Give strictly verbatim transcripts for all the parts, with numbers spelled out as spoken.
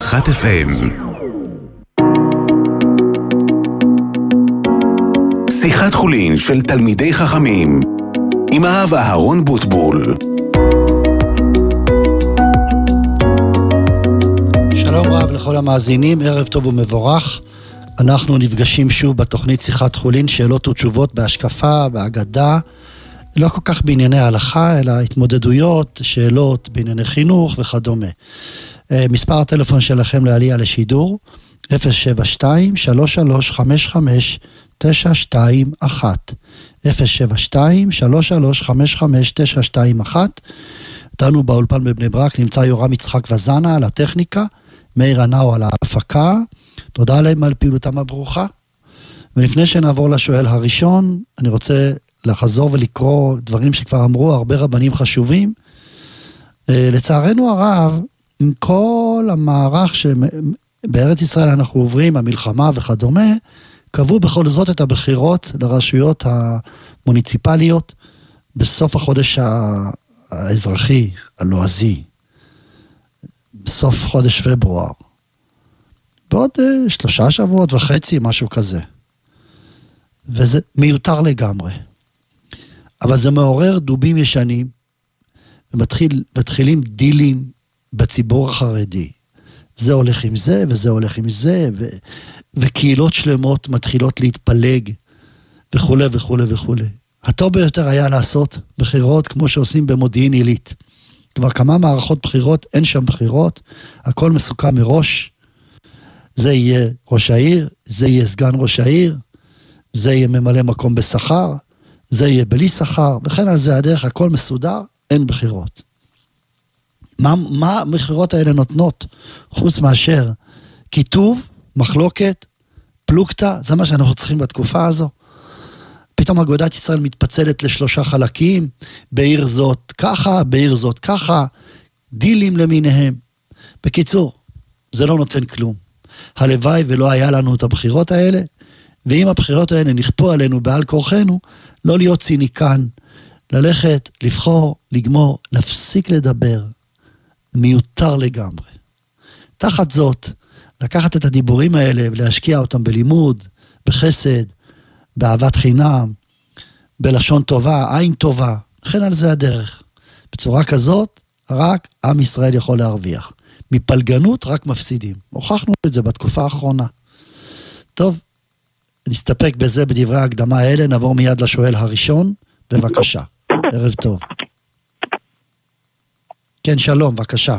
אחת אף אם. שיחת חולין של תלמידי חכמים עם הרב אהרון בוטבול. שלום רב לכל המאזינים, ערב טוב ומבורך. אנחנו נפגשים שוב בתוכנית שיחת חולין, שאלות ותשובות בהשקפה, בהגדה, לא כל כך בענייני ההלכה, אלא התמודדויות, שאלות בענייני חינוך וכדומה. מספר הטלפון שלכם לעלייה לשידור, אפס שבע שתיים שלוש שלוש חמש חמש תשע שתיים אחת. אפס שבע שתיים שלוש שלוש חמש חמש תשע שתיים אחת. איתנו באולפן בבני ברק נמצא יורם יצחק וזנה על הטכניקה, מאיר ענאו על ההפקה. תודה להם על פעילותם הברוכה. ולפני שנעבור לשואל הראשון, אני רוצה לחזור ולקרוא דברים שכבר אמרו הרבה רבנים חשובים. לצערנו הרב, עם כל המערך שבארץ ישראל אנחנו עוברים, המלחמה וכדומה, קבעו בכל זאת את הבחירות לרשויות המוניציפליות בסוף החודש האזרחי, הלועזי, בסוף חודש פברואר. בעוד שלושה שבועות וחצי, משהו כזה. וזה מיותר לגמרי. אבל זה מעורר דובים ישנים, ומתחיל, מתחילים דילים בציבור החרדי. זה הולך עם זה, וזה הולך עם זה, ו, וקהילות שלמות מתחילות להתפלג, וכו' וכו' וכו'. הטוב ביותר היה לעשות בחירות כמו שעושים במודיעין עילית. כבר כמה מערכות בחירות, אין שם בחירות, הכל מסוכם מראש. זה יהיה ראש העיר, זה יהיה סגן ראש העיר, זה יהיה ממלא מקום בשכר, זה יהיה בלי שכר, וכן על זה הדרך, הכל מסודר, אין בחירות. מה, מה המחירות האלה נותנות? חוץ מאשר כיתוב, מחלוקת, פלוגתא, זה מה שאנחנו צריכים בתקופה הזו. פתאום אגודת ישראל מתפצלת לשלושה חלקים, בעיר זאת ככה, בעיר זאת ככה, דילים למיניהם. בקיצור, זה לא נותן כלום. הלוואי ולא היה לנו את הבחירות האלה, ואם הבחירות האלה נכפו עלינו בעל כורחנו, לא להיות ציניקן, ללכת, לבחור, לגמור, להפסיק לדבר, מיותר לגמרי. תחת זאת, לקחת את הדיבורים האלה ולהשקיע אותם בלימוד, בחסד, באהבת חינם, בלשון טובה, עין טובה, וכן על זה הדרך. בצורה כזאת, רק עם ישראל יכול להרוויח. מפלגנות רק מפסידים. הוכחנו את זה בתקופה האחרונה. טוב, נסתפק בזה בדברי ההקדמה האלה, נעבור מיד לשואל הראשון, בבקשה. ערב טוב. כן, שלום, בבקשה.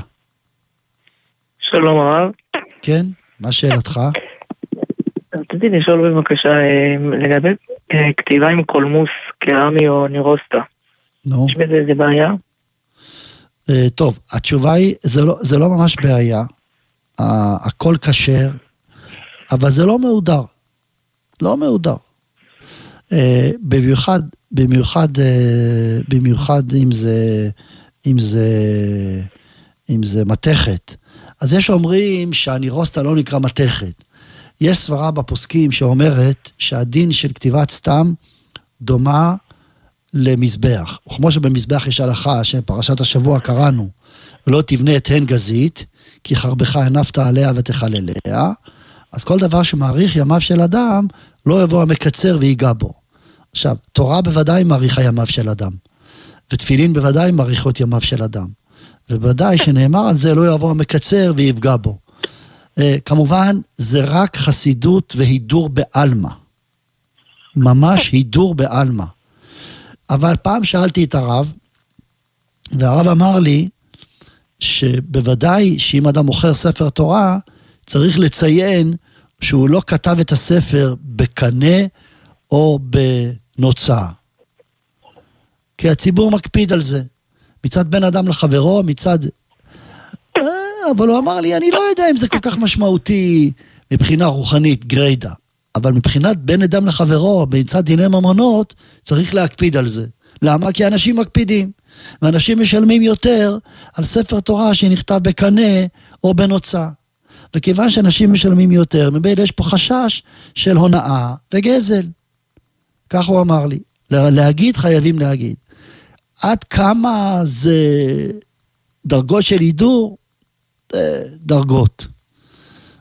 שלום הרב. כן, מה שאלתך? רציתי לשאול בבקשה, לגבי כתיבה עם קולמוס, קרמי או נירוסטה. נו. יש בזה איזה בעיה? טוב, התשובה היא, זה לא, זה לא ממש בעיה, הכל כשר, אבל זה לא מהודר, לא מהודר. במיוחד, במיוחד, במיוחד אם זה, אם זה, אם זה מתכת. אז יש אומרים שהנירוסטה לא נקרא מתכת. יש סברה בפוסקים שאומרת שהדין של כתיבת סתם דומה למזבח. וכמו שבמזבח יש הלכה שפרשת השבוע קראנו, ולא תבנה את הן גזית, כי חרבך הנפת עליה ותחלליה, אז כל דבר שמעריך ימיו של אדם, לא יבוא המקצר ויגע בו. עכשיו, תורה בוודאי מעריכה ימיו של אדם, ותפילין בוודאי מעריכות ימיו של אדם, ובוודאי שנאמר על זה לא יבוא המקצר ויפגע בו. כמובן, זה רק חסידות והידור בעלמא. ממש הידור בעלמא. אבל פעם שאלתי את הרב, והרב אמר לי, שבוודאי שאם אדם מוכר ספר תורה, צריך לציין שהוא לא כתב את הספר בקנה או בנוצה. כי הציבור מקפיד על זה. מצד בן אדם לחברו, מצד... אבל הוא אמר לי, אני לא יודע אם זה כל כך משמעותי מבחינה רוחנית, גריידה. אבל מבחינת בין אדם לחברו, מצד דיני ממונות, צריך להקפיד על זה. למה? כי אנשים מקפידים. ואנשים משלמים יותר על ספר תורה שנכתב בקנה או בנוצה. וכיוון שאנשים משלמים יותר, מבעד יש פה חשש של הונאה וגזל. כך הוא אמר לי. להגיד חייבים להגיד. עד כמה זה דרגות של הידור? דרגות.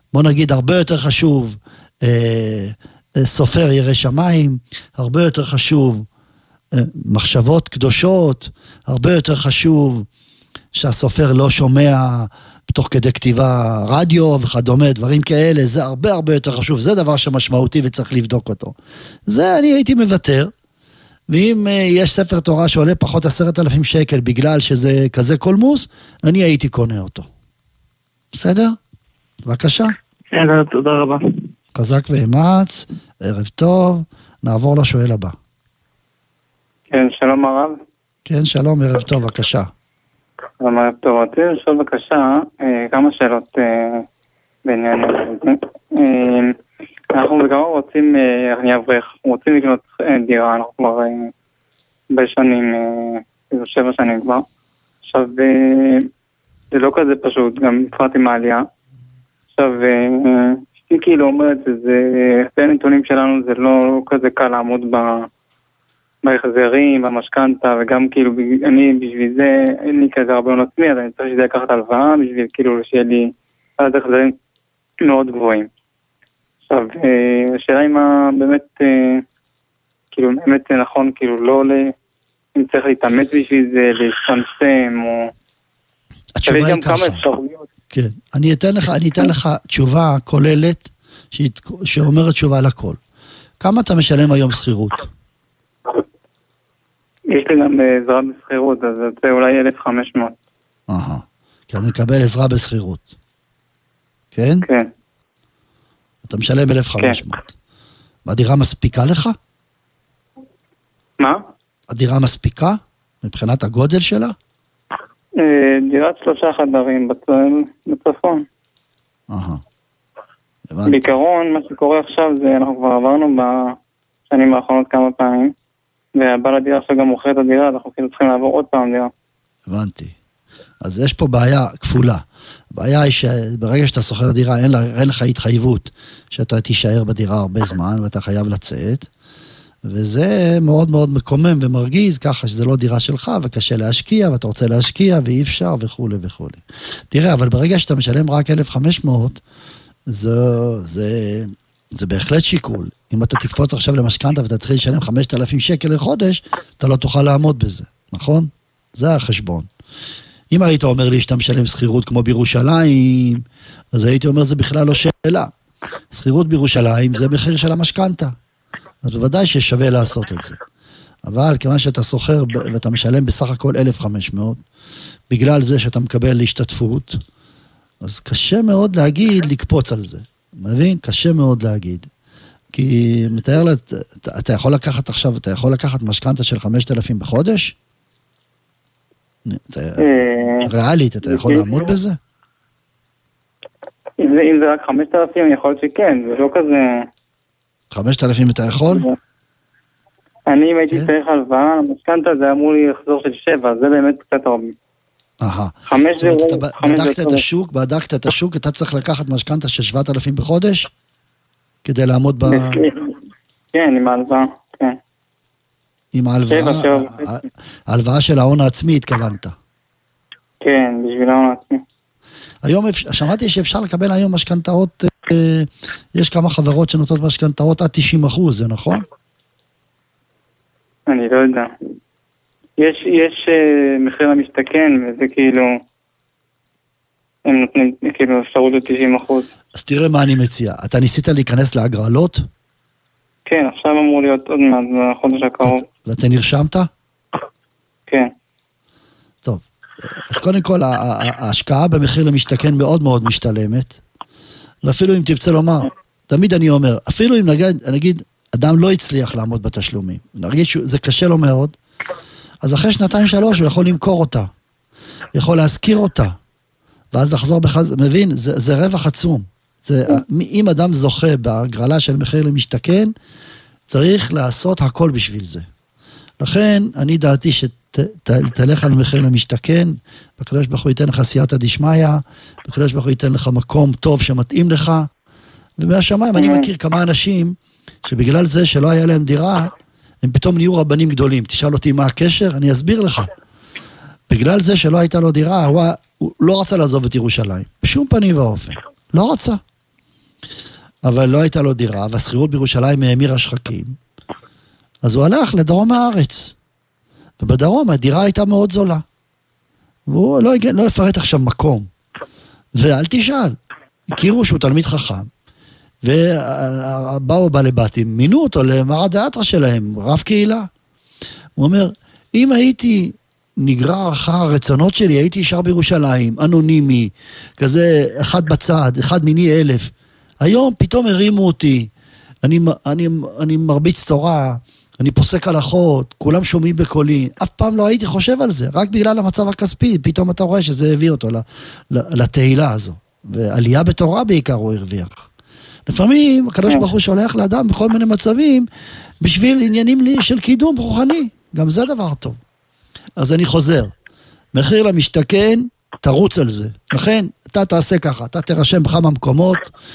בוא נגיד, הרבה יותר חשוב, אה, סופר ירא שמיים, הרבה יותר חשוב, אה, מחשבות קדושות, הרבה יותר חשוב, שהסופר לא שומע תוך כדי כתיבה רדיו וכדומה, דברים כאלה, זה הרבה הרבה יותר חשוב, זה דבר שמשמעותי וצריך לבדוק אותו. זה אני הייתי מוותר, ואם יש ספר תורה שעולה פחות עשרת אלפים שקל בגלל שזה כזה קולמוס, אני הייתי קונה אותו. בסדר? בבקשה. בסדר, תודה רבה. חזק ואמץ, ערב טוב, נעבור לשואל הבא. כן, שלום הרב. כן, שלום, ערב טוב, בבקשה. שלום ערב טוב, רציתי לשאול בבקשה כמה שאלות בעניין הזה. אנחנו בגמר רוצים, אני אברך, רוצים לקנות דירה, אנחנו כבר בשנים, כאילו שבע שנים כבר. עכשיו, זה לא כזה פשוט, גם בפרט עם העלייה. עכשיו, אשתי כאילו אומרת, לפי הנתונים שלנו זה לא כזה קל לעמוד בהחזרים, במשכנתה, וגם כאילו, אני בשביל זה, אין לי כזה הרבה הון עצמי, אז אני צריך שזה לקחת הלוואה, בשביל כאילו שיהיה לי החזרים מאוד גבוהים. עכשיו, השאלה אם באמת, כאילו, באמת זה נכון, כאילו, לא ל... אם צריך להתאמץ בשביל זה, להצטמצם, או... התשובה היא ככה. כן, אני אתן לך, אני אתן לך תשובה כוללת, שאומרת תשובה לכל. כמה אתה משלם היום שכירות? יש לי גם עזרה בשכירות, אז זה אולי אלף וחמש מאות. אהה, כי אני מקבל עזרה בשכירות. כן? כן. אתה משלם אלף וחמש מאות. והדירה מספיקה לך? מה? הדירה מספיקה? מבחינת הגודל שלה? דירת שלושה חדרים בצפון. אהה. בעיקרון, מה שקורה עכשיו זה, אנחנו כבר עברנו בשנים האחרונות כמה פעמים, והבעל הדירה עכשיו גם מוכר את הדירה, אז אנחנו כאילו צריכים לעבור עוד פעם דירה. הבנתי. אז יש פה בעיה כפולה. הבעיה היא שברגע שאתה שוכר דירה, אין, לה, אין לך התחייבות שאתה תישאר בדירה הרבה זמן, ואתה חייב לצאת, וזה מאוד מאוד מקומם ומרגיז, ככה שזה לא דירה שלך, וקשה להשקיע, ואתה רוצה להשקיע, ואי אפשר, וכו' וכו'. תראה, אבל ברגע שאתה משלם רק אלף וחמש מאות, זה, זה, זה בהחלט שיקול. אם אתה תקפוץ עכשיו למשכנתה, ואתה תתחיל לשלם חמשת אלפים שקל לחודש, אתה לא תוכל לעמוד בזה, נכון? זה החשבון. אם היית אומר לי שאתה משלם שכירות כמו בירושלים, אז הייתי אומר, זה בכלל לא שאלה. שכירות בירושלים זה מחיר של המשכנתה. אז בוודאי ששווה לעשות את זה. אבל כיוון שאתה סוחר ואתה משלם בסך הכל אלף וחמש מאות, בגלל זה שאתה מקבל השתתפות, אז קשה מאוד להגיד, לקפוץ על זה. מבין? קשה מאוד להגיד. כי מתאר לה, אתה, אתה יכול לקחת עכשיו, אתה יכול לקחת משכנתה של חמשת אלפים בחודש? ריאלית, אתה יכול לעמוד בזה? אם זה רק חמשת אלפים, יכול להיות שכן, זה לא כזה... חמשת אלפים אתה יכול? אני אם הייתי צריך הלוואה, המשכנתה זה אמור לי לחזור של שבע, זה באמת קצת הרבה. אהה. חמש זה... בדקת את השוק, בדקת את השוק, אתה צריך לקחת משכנתה של שבעת אלפים בחודש? כדי לעמוד ב... כן, עם ההלוואה, כן. עם ההלוואה, ההלוואה של ההון העצמי התכוונת. כן, בשביל ההון העצמי. היום, שמעתי שאפשר לקבל היום משכנתאות, יש כמה חברות שנותנות משכנתאות עד תשעים אחוז, זה נכון? אני לא יודע. יש, יש מחיר למשתכן, וזה כאילו, הם נותנים כאילו אפשרות ל-תשעים אחוז. אז תראה מה אני מציע. אתה ניסית להיכנס להגרלות? כן, עכשיו אמור להיות עוד מעט בחודש הקרוב. ואתה נרשמת? כן. טוב. אז קודם כל, ההשקעה במחיר למשתכן מאוד מאוד משתלמת, ואפילו אם תרצה לומר, תמיד אני אומר, אפילו אם נגיד, נגיד אדם לא הצליח לעמוד בתשלומים, נגיד שזה קשה לו מאוד, אז אחרי שנתיים שלוש הוא יכול למכור אותה, יכול להזכיר אותה, ואז לחזור בחז... מבין? זה, זה רווח עצום. זה, אם אדם זוכה בהגרלה של מחיר למשתכן, צריך לעשות הכל בשביל זה. לכן, אני דעתי שתלך על מחיר למשתכן, בקדוש ברוך הוא ייתן לך סייעתא דשמיא, בקדוש ברוך הוא ייתן לך מקום טוב שמתאים לך, ומהשמיים אני מכיר כמה אנשים, שבגלל זה שלא היה להם דירה, הם פתאום נהיו רבנים גדולים. תשאל אותי מה הקשר, אני אסביר לך. בגלל זה שלא הייתה לו דירה, הוא, הוא לא רצה לעזוב את ירושלים. בשום פנים ואופן. לא רצה. אבל לא הייתה לו דירה, והשכירות בירושלים האמירה שחקים, אז הוא הלך לדרום הארץ, ובדרום הדירה הייתה מאוד זולה, והוא לא, לא יפרט עכשיו מקום, ואל תשאל, הכירו שהוא תלמיד חכם, ובאו בעלי בתים, מינו אותו למרא דאתרא שלהם, רב קהילה. הוא אומר, אם הייתי נגרר אחר הרצונות שלי, הייתי ישר בירושלים, אנונימי, כזה אחד בצד, אחד מיני אלף. היום פתאום הרימו אותי, אני, אני, אני מרביץ תורה, אני פוסק הלכות, כולם שומעים בקולי, אף פעם לא הייתי חושב על זה, רק בגלל המצב הכספי, פתאום אתה רואה שזה הביא אותו לתהילה הזו, ועלייה בתורה בעיקר הוא הרוויח. לפעמים הקדוש ברוך הוא שולח לאדם בכל מיני מצבים, בשביל עניינים לי של קידום רוחני, גם זה דבר טוב. אז אני חוזר, מחיר למשתכן, תרוץ על זה. לכן, אתה תעשה ככה, אתה תרשם בכמה מקומות,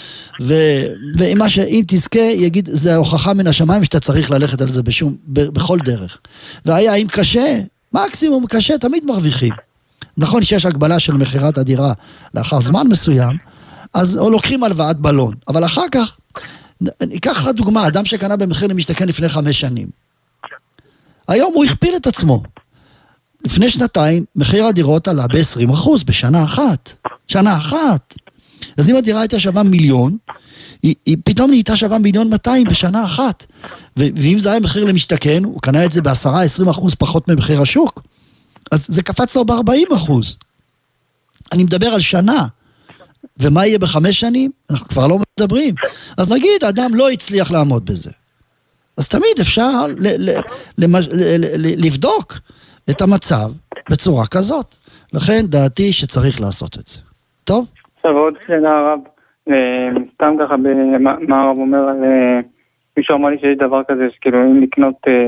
ואם ש... תזכה, יגיד, זה ההוכחה מן השמיים שאתה צריך ללכת על זה בשום, ב... בכל דרך. והיה, אם קשה, מקסימום קשה, תמיד מרוויחים. נכון שיש הגבלה של מחירת הדירה לאחר זמן מסוים, אז או לוקחים הלוואת בלון, אבל אחר כך, ניקח לדוגמה, אדם שקנה במחיר למשתכן לפני חמש שנים. היום הוא הכפיל את עצמו. לפני שנתיים, מחיר הדירות עלה ב-עשרים אחוז בשנה אחת. שנה אחת. אז אם הדירה הייתה שווה מיליון, היא, היא פתאום נהייתה שווה מיליון מאתיים בשנה אחת. ו- ואם זה היה מחיר למשתכן, הוא קנה את זה ב-עשרה עד עשרים אחוז פחות ממחיר השוק. אז זה קפץ לו ב-ארבעים אחוז. אני מדבר על שנה. ומה יהיה בחמש שנים? אנחנו כבר לא מדברים. אז נגיד, האדם לא הצליח לעמוד בזה. אז תמיד אפשר ל- ל- ל- ל- ל- לבדוק את המצב בצורה כזאת. לכן דעתי שצריך לעשות את זה. טוב? עכשיו עוד שאלה הרב, סתם ככה, מה הרב אומר על, מישהו אמר לי שיש דבר כזה, שכאילו אם לקנות אה,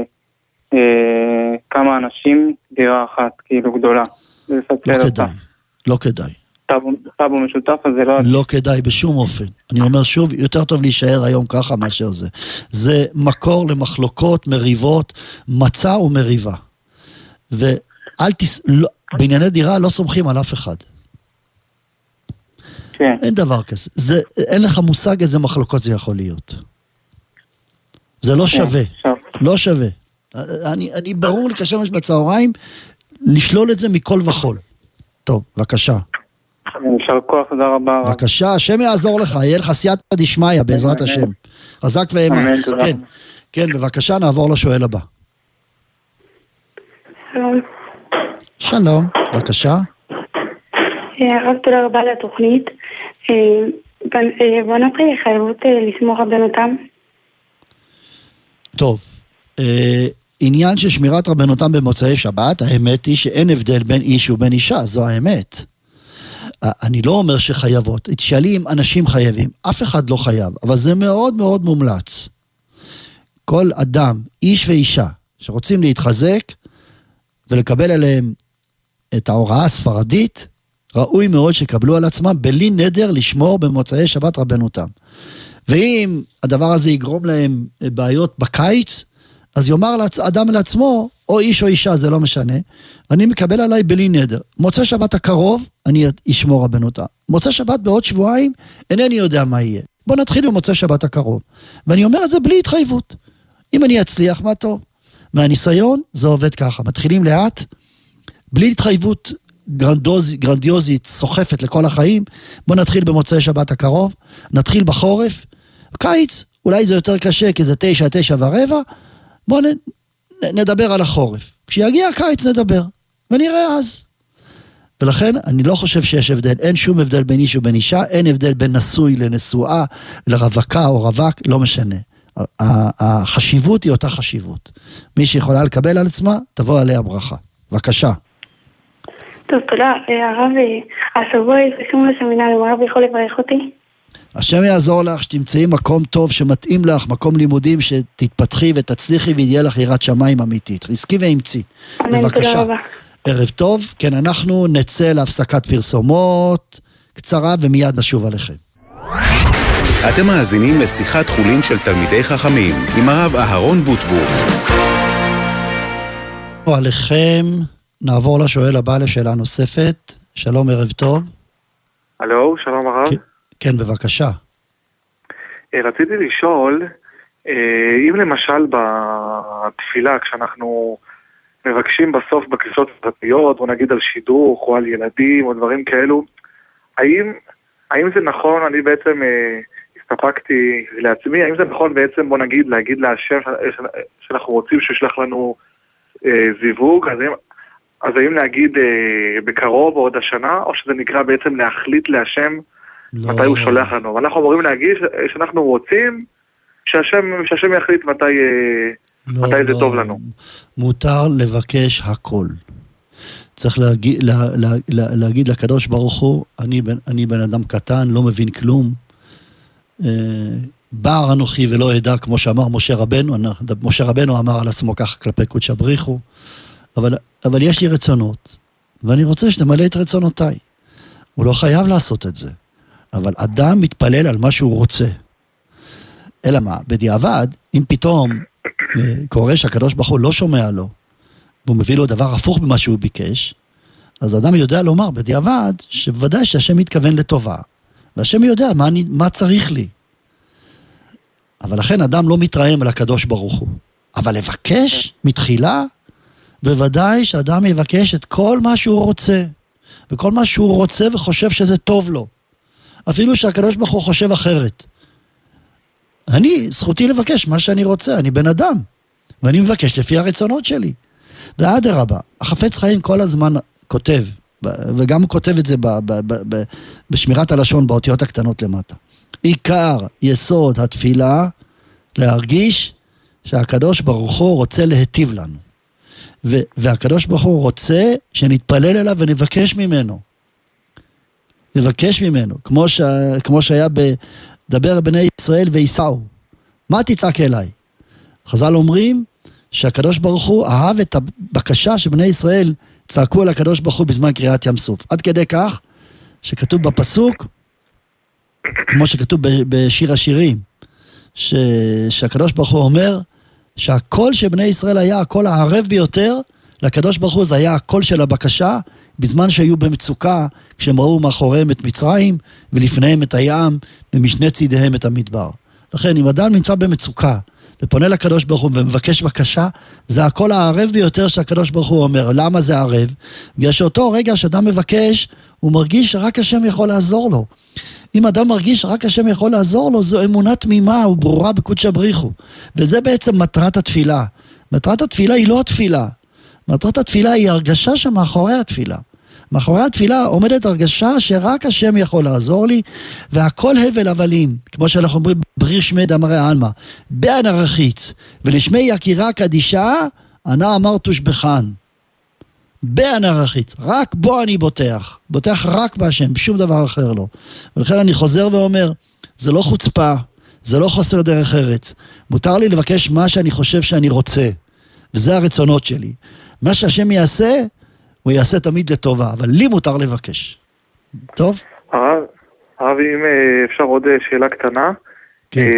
אה, כמה אנשים דירה אחת, כאילו גדולה. לא כדאי, לא כדאי. טאבו משותף, אז זה לא... לא כדאי בשום אופן. אני אומר שוב, יותר טוב להישאר היום ככה מאשר זה. זה מקור למחלוקות, מריבות, מצע ומריבה. ואל תס... לא, בענייני דירה לא סומכים על אף אחד. כן. אין דבר כזה. זה, אין לך מושג איזה מחלוקות זה יכול להיות. זה לא שווה. כן, לא שווה. אני, אני ברור לי כשמש בצהריים, לשלול את זה מכל וכל. טוב, בבקשה. יישר כוח, תודה רבה. בבקשה, השם יעזור לך, יהיה לך סייעתא דשמיא בעזרת השם. חזק ואמץ. כן, כן, בבקשה, נעבור לשואל הבא. שלום. שלום, בבקשה. הרב, תודה רבה על התוכנית. בנות חייבות לשמור רבנותם? טוב, עניין של שמירת רבנותם במוצאי שבת, האמת היא שאין הבדל בין איש ובין אישה, זו האמת. אני לא אומר שחייבות, תשאלי אם אנשים חייבים, אף אחד לא חייב, אבל זה מאוד מאוד מומלץ. כל אדם, איש ואישה, שרוצים להתחזק ולקבל עליהם את ההוראה הספרדית, ראוי מאוד שקבלו על עצמם בלי נדר לשמור במוצאי שבת רבנותם. ואם הדבר הזה יגרום להם בעיות בקיץ, אז יאמר אדם לעצמו, או איש או אישה, זה לא משנה, אני מקבל עליי בלי נדר. מוצא שבת הקרוב, אני אשמור רבנותה. מוצא שבת בעוד שבועיים, אינני יודע מה יהיה. בוא נתחיל במוצא שבת הקרוב. ואני אומר את זה בלי התחייבות. אם אני אצליח, מה טוב. מהניסיון, זה עובד ככה. מתחילים לאט, בלי התחייבות גרנדוז, גרנדיוזית, סוחפת לכל החיים. בוא נתחיל במוצא שבת הקרוב, נתחיל בחורף. קיץ, אולי זה יותר קשה, כי זה תשע, תשע ורבע. בוא נ, נדבר על החורף. כשיגיע הקיץ נדבר, ונראה אז. ולכן אני לא חושב שיש הבדל, אין שום הבדל בין איש ובין אישה, אין הבדל בין נשוי לנשואה, לרווקה או רווק, לא משנה. החשיבות היא אותה חשיבות. מי שיכולה לקבל על עצמה, תבוא עליה ברכה. בבקשה. טוב, תודה. הרב, השבוע יפגשו לסמינרים, הרב יכול לברך אותי? השם יעזור לך שתמצאי מקום טוב שמתאים לך, מקום לימודים שתתפתחי ותצליחי ויהיה לך יראת שמיים אמיתית. חזקי ואמצי. בבקשה. תודה רבה. ערב טוב. כן, אנחנו נצא להפסקת פרסומות קצרה ומיד נשוב עליכם. אתם מאזינים לשיחת חולין של תלמידי חכמים עם הרב אהרון בוטבול. עליכם נעבור לשואל הבא לשאלה נוספת. שלום, ערב טוב. הלו, שלום הרב. כן, כן, בבקשה. רציתי לשאול, אם למשל בתפילה, כשאנחנו מבקשים בסוף בקריאות פרטיות, או נגיד על שידוך, או על ילדים, או דברים כאלו, האם, האם זה נכון, אני בעצם אה, הסתפקתי לעצמי, האם זה נכון בעצם, בוא נגיד, להגיד להשם שאנחנו רוצים שישלח לנו אה, זיווג, אז האם, אז האם להגיד אה, בקרוב או עוד השנה, או שזה נקרא בעצם להחליט להשם לא. מתי הוא שולח לנו? ואנחנו אמורים להגיד שאנחנו רוצים שהשם, שהשם יחליט מתי... אה, לא, מתי זה לא. טוב לנו. מותר לבקש הכל. צריך להגיד, לה, לה, לה, להגיד לקדוש ברוך הוא, אני בן, אני בן אדם קטן, לא מבין כלום. אה, בר אנוכי ולא ידע, כמו שאמר משה רבנו, משה רבנו אמר על עצמו כך כלפי קודש הבריחו, אבל, אבל יש לי רצונות, ואני רוצה שתמלא את רצונותיי. הוא לא חייב לעשות את זה. אבל אדם מתפלל על מה שהוא רוצה. אלא מה? בדיעבד, אם פתאום קורא שהקדוש ברוך הוא לא שומע לו, והוא מביא לו דבר הפוך במה שהוא ביקש, אז אדם יודע לומר בדיעבד, שבוודאי שהשם מתכוון לטובה, והשם יודע מה, אני, מה צריך לי. אבל לכן אדם לא מתרעם על הקדוש ברוך הוא. אבל לבקש מתחילה, בוודאי שאדם יבקש את כל מה שהוא רוצה, וכל מה שהוא רוצה וחושב שזה טוב לו. אפילו שהקדוש ברוך הוא חושב אחרת. אני, זכותי לבקש מה שאני רוצה, אני בן אדם, ואני מבקש לפי הרצונות שלי. ועד הרבה, החפץ חיים כל הזמן כותב, וגם הוא כותב את זה ב, ב, ב, ב, בשמירת הלשון, באותיות הקטנות למטה. עיקר יסוד התפילה, להרגיש שהקדוש ברוך הוא רוצה להטיב לנו. ו, והקדוש ברוך הוא רוצה שנתפלל אליו ונבקש ממנו. נבקש ממנו, כמו, ש, כמו שהיה ב... דבר בני ישראל ויסעו. מה תצעק אליי? חז"ל אומרים שהקדוש ברוך הוא אהב את הבקשה שבני ישראל צעקו על הקדוש ברוך הוא בזמן קריאת ים סוף. עד כדי כך שכתוב בפסוק, כמו שכתוב בשיר השירים, ש... שהקדוש ברוך הוא אומר שהקול שבני ישראל היה הקול הערב ביותר, לקדוש ברוך הוא זה היה הקול של הבקשה, בזמן שהיו במצוקה, כשהם ראו מאחוריהם את מצרים, ולפניהם את הים, ומשני צידיהם את המדבר. לכן, אם אדם נמצא במצוקה, ופונה לקדוש ברוך הוא ומבקש בקשה, זה הקול הערב ביותר שהקדוש ברוך הוא אומר. למה זה ערב? בגלל שאותו רגע שאדם מבקש, הוא מרגיש שרק השם יכול לעזור לו. אם אדם מרגיש שרק השם יכול לעזור לו, זו אמונה תמימה וברורה בקודש הבריחו. וזה בעצם מטרת התפילה. מטרת התפילה היא לא התפילה. מטרת התפילה היא הרגשה שמאחורי התפילה. מאחורי התפילה עומדת הרגשה שרק השם יכול לעזור לי, והכל הבל הבלים, כמו שאנחנו אומרים, בריר שמי דאמרי עלמא, בעין הרחיץ, ולשמי יקירה קדישה, ענה אמר תושבחן. בעין הרחיץ, רק בו אני בוטח, בוטח רק בהשם, בשום דבר אחר לא. ולכן אני חוזר ואומר, זה לא חוצפה, זה לא חוסר דרך ארץ, מותר לי לבקש מה שאני חושב שאני רוצה, וזה הרצונות שלי. מה שהשם יעשה, הוא יעשה תמיד לטובה, אבל לי מותר לבקש. טוב? הרב, הרב, אם אפשר עוד שאלה קטנה, כן.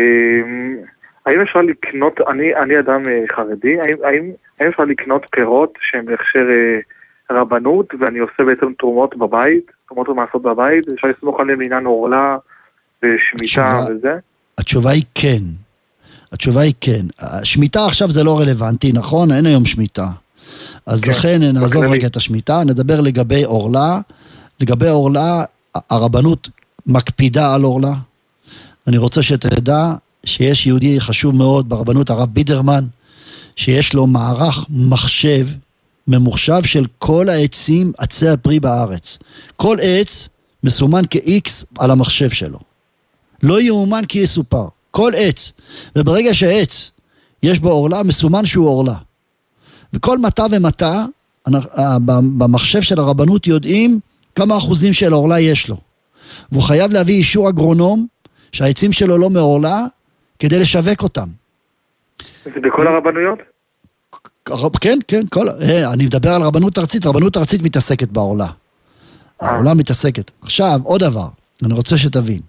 האם אפשר לקנות, אני, אני אדם חרדי, האם, האם, האם אפשר לקנות פירות שהם בהכשר רבנות, ואני עושה בעצם תרומות בבית, תרומות ומעשות בבית, אפשר לסמוך עליהם לעניין אורלה ושמיטה וזה? התשובה היא כן. התשובה היא כן. השמיטה עכשיו זה לא רלוונטי, נכון? אין היום שמיטה. אז כן, לכן נעזוב רגע את השמיטה, נדבר לגבי אורלה. לגבי אורלה, הרבנות מקפידה על אורלה. אני רוצה שתדע שיש יהודי חשוב מאוד ברבנות, הרב בידרמן, שיש לו מערך מחשב, ממוחשב של כל העצים, עצי הפרי בארץ. כל עץ מסומן כ-X על המחשב שלו. לא יאומן כי יסופר. כל עץ. וברגע שהעץ יש בו אורלה, מסומן שהוא אורלה. וכל מטה ומטה, במחשב של הרבנות יודעים כמה אחוזים של אורלה יש לו. והוא חייב להביא אישור אגרונום, שהעצים שלו לא מאורלה, כדי לשווק אותם. זה בכל הרבנויות? כן, כן, כל, אני מדבר על רבנות ארצית, רבנות ארצית מתעסקת באורלה. האורלה מתעסקת. עכשיו, עוד דבר, אני רוצה שתבין.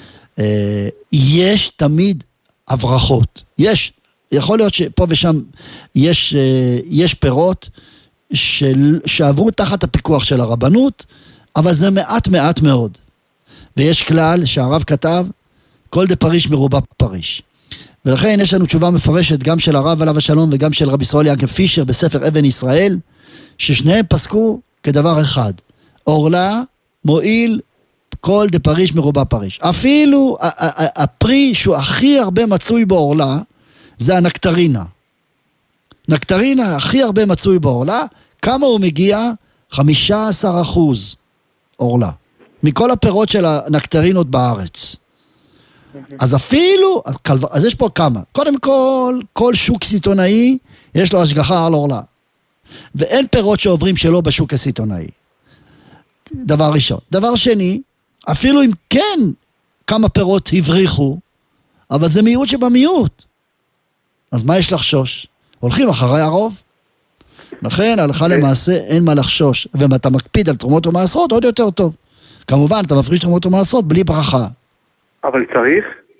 יש תמיד הברחות. יש, יכול להיות שפה ושם יש, יש פירות של, שעברו תחת הפיקוח של הרבנות, אבל זה מעט מעט מאוד. ויש כלל שהרב כתב, כל דה פריש מרובע פריש. ולכן יש לנו תשובה מפרשת גם של הרב עליו השלום וגם של רבי ישראל יעקב פישר בספר אבן ישראל, ששניהם פסקו כדבר אחד. אורלה מועיל כל דה פריש מרובע פריש. אפילו הפרי שהוא הכי הרבה מצוי באורלה, זה הנקטרינה. נקטרינה הכי הרבה מצוי באורלה, כמה הוא מגיע? חמישה עשר אחוז אורלה. מכל הפירות של הנקטרינות בארץ. אז אפילו, אז יש פה כמה. קודם כל, כל שוק סיטונאי, יש לו השגחה על אורלה. ואין פירות שעוברים שלא בשוק הסיטונאי. דבר ראשון. דבר שני, אפילו אם כן כמה פירות הבריחו, אבל זה מיעוט שבמיעוט. אז מה יש לחשוש? הולכים אחרי הרוב. לכן, הלכה למעשה, אין מה לחשוש. ואם אתה מקפיד על תרומות ומעשרות, עוד יותר טוב. כמובן, אתה מפריש תרומות ומעשרות בלי ברכה. אבל צריך?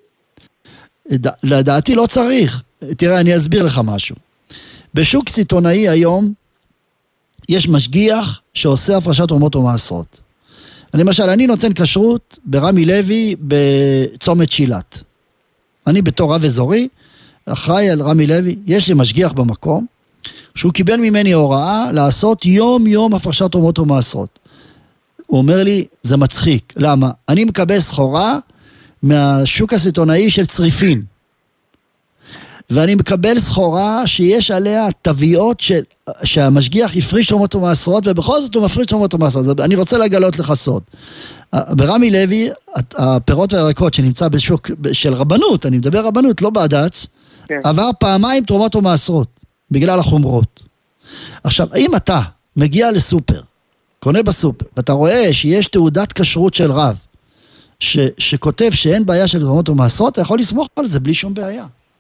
לדעתי לא צריך. תראה, אני אסביר לך משהו. בשוק סיטונאי היום, יש משגיח שעושה הפרשת תרומות ומעשרות. למשל, אני נותן כשרות ברמי לוי בצומת שילת. אני בתור רב אזורי, אחראי על רמי לוי, יש לי משגיח במקום, שהוא קיבל ממני הוראה לעשות יום יום הפרשת תרומות ומעשרות. הוא אומר לי, זה מצחיק. למה? אני מקבל סחורה מהשוק הסיטונאי של צריפין. ואני מקבל סחורה שיש עליה תוויות של, שהמשגיח יפריש תרומות ומעשרות, ובכל זאת הוא מפריש תרומות ומעשרות. אני רוצה לגלות לך סוד. ברמי לוי, הפירות והירקות שנמצא בשוק של רבנות, אני מדבר רבנות, לא בעדץ, כן. עבר פעמיים תרומות ומעשרות, בגלל החומרות. עכשיו, אם אתה מגיע לסופר, קונה בסופר, ואתה רואה שיש תעודת כשרות של רב, ש, שכותב שאין בעיה של תרומות ומעשרות, אתה יכול לסמוך על זה בלי שום בעיה.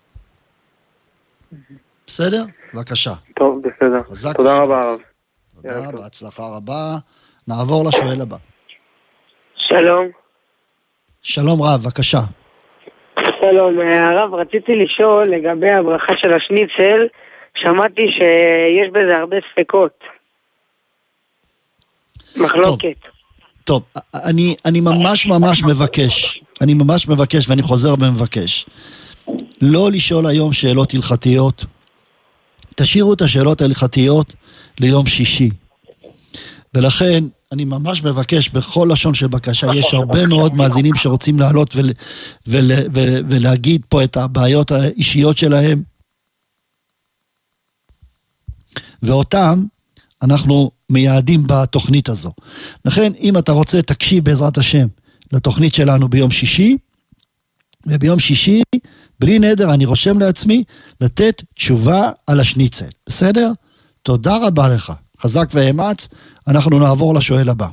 בסדר? בבקשה. טוב, בסדר. תודה רבה, הרב. תודה, בהצלחה רבה. נעבור לשואל הבא. שלום. שלום רב, בבקשה. שלום, הרב, רציתי לשאול לגבי הברכה של השניצל, שמעתי שיש בזה הרבה ספקות. מחלוקת. טוב, טוב אני, אני ממש ממש מבקש, אני ממש מבקש ואני חוזר ומבקש, לא לשאול היום שאלות הלכתיות, תשאירו את השאלות ההלכתיות ליום שישי. ולכן אני ממש מבקש בכל לשון של בקשה, יש הרבה מאוד מאזינים שרוצים לעלות ול, ול, ול, ולהגיד פה את הבעיות האישיות שלהם, ואותם אנחנו מייעדים בתוכנית הזו. לכן אם אתה רוצה תקשיב בעזרת השם לתוכנית שלנו ביום שישי, וביום שישי בלי נדר אני רושם לעצמי לתת תשובה על השניצל. בסדר? תודה רבה לך. חזק ואמץ. אנחנו נעבור לשואל הבא.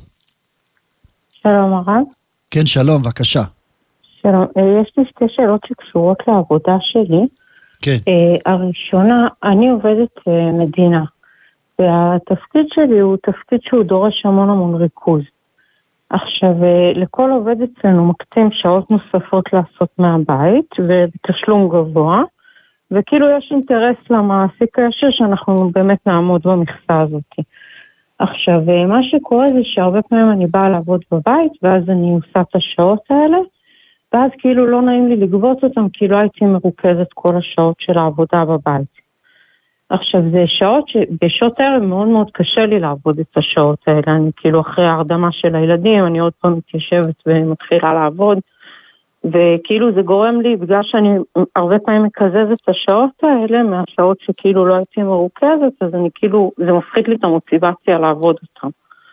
שלום הרב. כן, שלום, בבקשה. שלום, יש לי שתי שאלות שקשורות לעבודה שלי. כן. הראשונה, אני עובדת מדינה, והתפקיד שלי הוא תפקיד שהוא דורש המון המון ריכוז. עכשיו, לכל עובד אצלנו מקצים שעות נוספות לעשות מהבית, ובתשלום גבוה, וכאילו יש אינטרס למעסיק הישיר שאנחנו באמת נעמוד במכסה הזאת. עכשיו, מה שקורה זה שהרבה פעמים אני באה לעבוד בבית, ואז אני עושה את השעות האלה, ואז כאילו לא נעים לי לגבות אותם, כי לא הייתי מרוכזת כל השעות של העבודה בבית. עכשיו, זה שעות שבשעות הערב מאוד מאוד קשה לי לעבוד את השעות האלה, אני כאילו אחרי ההרדמה של הילדים, אני עוד פעם מתיישבת ומתחילה לעבוד, וכאילו זה גורם לי, בגלל שאני הרבה פעמים מקזז את השעות האלה, מהשעות שכאילו לא הייתי מרוכזת, אז אני כאילו, זה מפחית לי את המוטיבציה לעבוד אותם.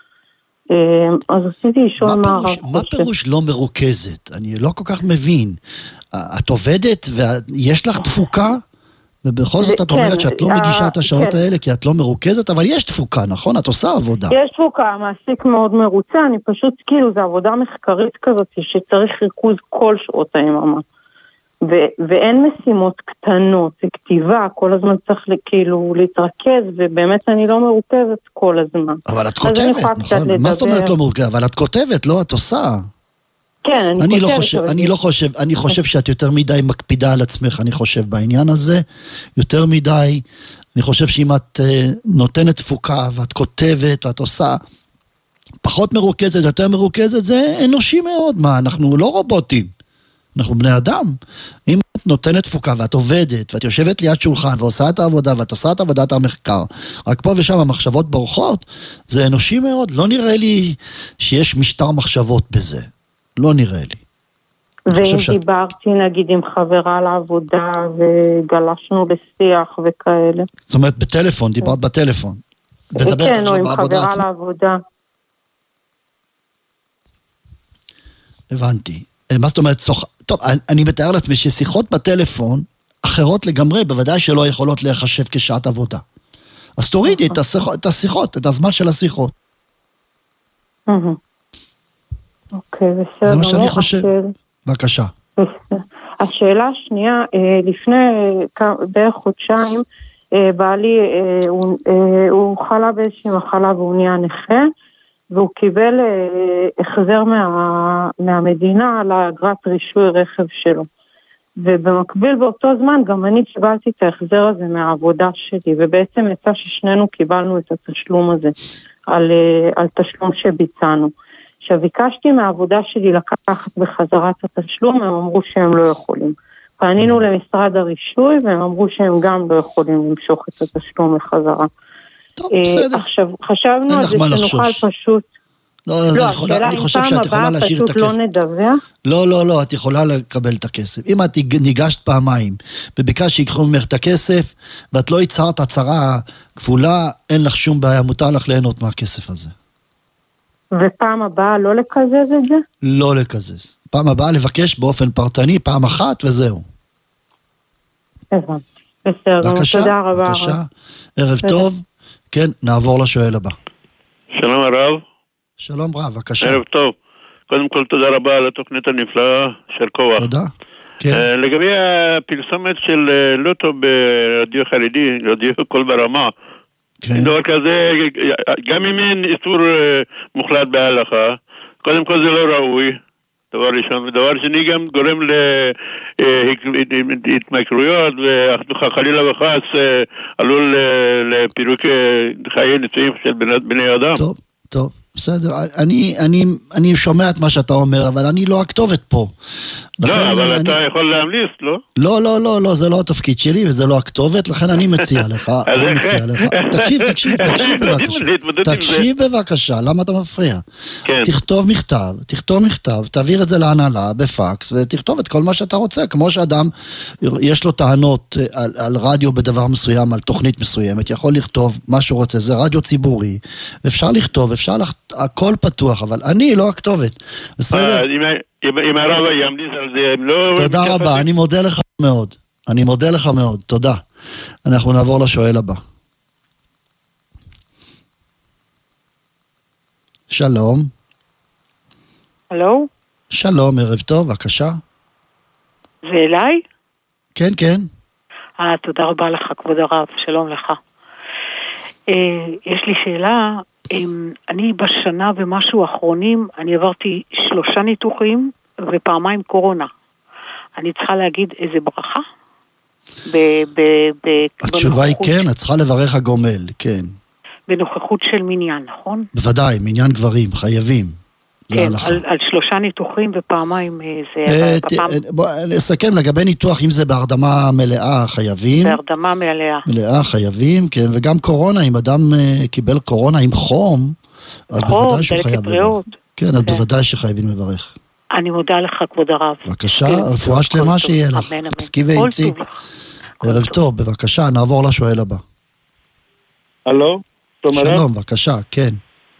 אז עשיתי אישון מה הרב חושב. מה פירוש לא מרוכזת? אני לא כל כך מבין. את עובדת ויש לך תפוקה? ובכל זאת את אומרת שאת לא מגישה את השעות האלה כי את לא מרוכזת, אבל יש תפוקה, נכון? את עושה עבודה. יש תפוקה, המעסיק מאוד מרוצה, אני פשוט כאילו, זו עבודה מחקרית כזאת שצריך ריכוז כל שעות היממה. ואין משימות קטנות, זה כתיבה, כל הזמן צריך כאילו להתרכז, ובאמת אני לא מרוכזת כל הזמן. אבל את כותבת, נכון? מה זאת אומרת לא מרוכזת? אבל את כותבת, לא? את עושה. כן, אני, אני לא חושב, אני לא חושב, אני חושב שאת יותר מדי מקפידה על עצמך, אני חושב בעניין הזה, יותר מדי, אני חושב שאם את נותנת תפוקה, ואת כותבת, ואת עושה, פחות מרוכזת, יותר מרוכזת, זה אנושי מאוד, מה, אנחנו לא רובוטים. אנחנו בני אדם. אם את נותנת תפוקה ואת עובדת, ואת יושבת ליד שולחן ועושה את העבודה, ואת עושה את עבודת המחקר, רק פה ושם המחשבות בורחות, זה אנושי מאוד. לא נראה לי שיש משטר מחשבות בזה. לא נראה לי. ואם דיברתי נגיד עם חברה לעבודה וגלשנו בשיח וכאלה. זאת אומרת, בטלפון, דיברת בטלפון. כן, או עם חברה לעבודה. הבנתי. מה זאת אומרת, סוח... טוב, אני מתאר לעצמי ששיחות בטלפון אחרות לגמרי, בוודאי שלא יכולות להיחשב כשעת עבודה. אז תורידי את השיחות, את השיחות, את הזמן של השיחות. אוקיי, בסדר. זה מה שאני חושב. בבקשה. השאלה השנייה, לפני בערך חודשיים, בעלי, הוא חלה באיזושהי מחלה והוא נהיה נכה, והוא קיבל החזר מה, מהמדינה על האגרת רישוי רכב שלו. ובמקביל באותו זמן גם אני קיבלתי את ההחזר הזה מהעבודה שלי, ובעצם יצא ששנינו קיבלנו את התשלום הזה על, על תשלום שביצענו. עכשיו ביקשתי מהעבודה שלי לקחת בחזרת התשלום, הם אמרו שהם לא יכולים. פנינו למשרד הרישוי והם אמרו שהם גם לא יכולים למשוך את התשלום בחזרה. טוב, בסדר. עכשיו, חשבנו על זה שנוכל פשוט... לא, אני חושב שאת יכולה להשאיר את הכסף. לא נדווח? לא, לא, לא, את יכולה לקבל את הכסף. אם את ניגשת פעמיים, וביקשת שיקחו ממך את הכסף, ואת לא הצהרת הצהרה כפולה, אין לך שום בעיה, מותר לך ליהנות מהכסף הזה. ופעם הבאה לא לקזז את זה? לא לקזז. פעם הבאה לבקש באופן פרטני, פעם אחת וזהו. הבנתי. בסדר, תודה רבה. בבקשה, ערב טוב. כן, נעבור לשואל הבא. שלום הרב. שלום רב, בבקשה. ערב טוב. קודם כל תודה רבה על התוכנית הנפלאה של כוח. תודה. כן. לגבי הפרסומת של לוטו ברדיו חרדי, רדיו כל ברמה, דבר כזה, גם אם אין איסור מוחלט בהלכה, קודם כל זה לא ראוי, דבר ראשון, ודבר שני גם גורם להתמכרויות, וחלילה וחס עלול לפירוק חיי נישואים של בני אדם. טוב, טוב. בסדר, אני, אני, אני שומע את מה שאתה אומר, אבל אני לא הכתובת פה. לא, אבל אני... אתה יכול להמליץ, לא? לא, לא, לא, לא, זה לא התפקיד שלי, וזה לא הכתובת, לכן אני מציע לך, אני מציע לך. תקשיב, תקשיב, תקשיב בבקשה. תקשיב בבקשה, למה אתה מפריע? כן. תכתוב מכתב, תכתוב מכתב, תעביר את זה להנהלה, בפקס, ותכתוב את כל מה שאתה רוצה, כמו שאדם, יש לו טענות על, על רדיו בדבר מסוים, על תוכנית מסוימת, יכול לכתוב מה שהוא רוצה, זה רדיו ציבורי, ואפשר לכתוב, אפשר לכתוב, הכל פתוח, אבל אני לא הכתובת. בסדר? אם הרב ימליץ על זה, הם לא... תודה רבה, אני מודה לך מאוד. אני מודה לך מאוד, תודה. אנחנו נעבור לשואל הבא. שלום. הלו? שלום, ערב טוב, בבקשה. זה אליי? כן, כן. אה, תודה רבה לך, כבוד הרב, שלום לך. אה, יש לי שאלה... אני בשנה ומשהו האחרונים, אני עברתי שלושה ניתוחים ופעמיים קורונה. אני צריכה להגיד איזה ברכה? התשובה היא כן, את צריכה לברך הגומל, כן. בנוכחות של מניין, נכון? בוודאי, מניין גברים, חייבים. כן, על, על שלושה ניתוחים ופעמיים זה... בוא נסכם לגבי ניתוח, אם זה בהרדמה מלאה חייבים. בהרדמה מלאה. מלאה חייבים, כן, וגם קורונה, אם אדם קיבל קורונה עם חום, אז בוודאי שהוא חייב לברך. כן, אז בוודאי שחייבים לברך. אני מודה לך, כבוד הרב. בבקשה, רפואה שלמה שיהיה לך. עסקי ואמצי. ערב טוב, בבקשה, נעבור לשואל הבא. הלו? שלום, בבקשה, כן.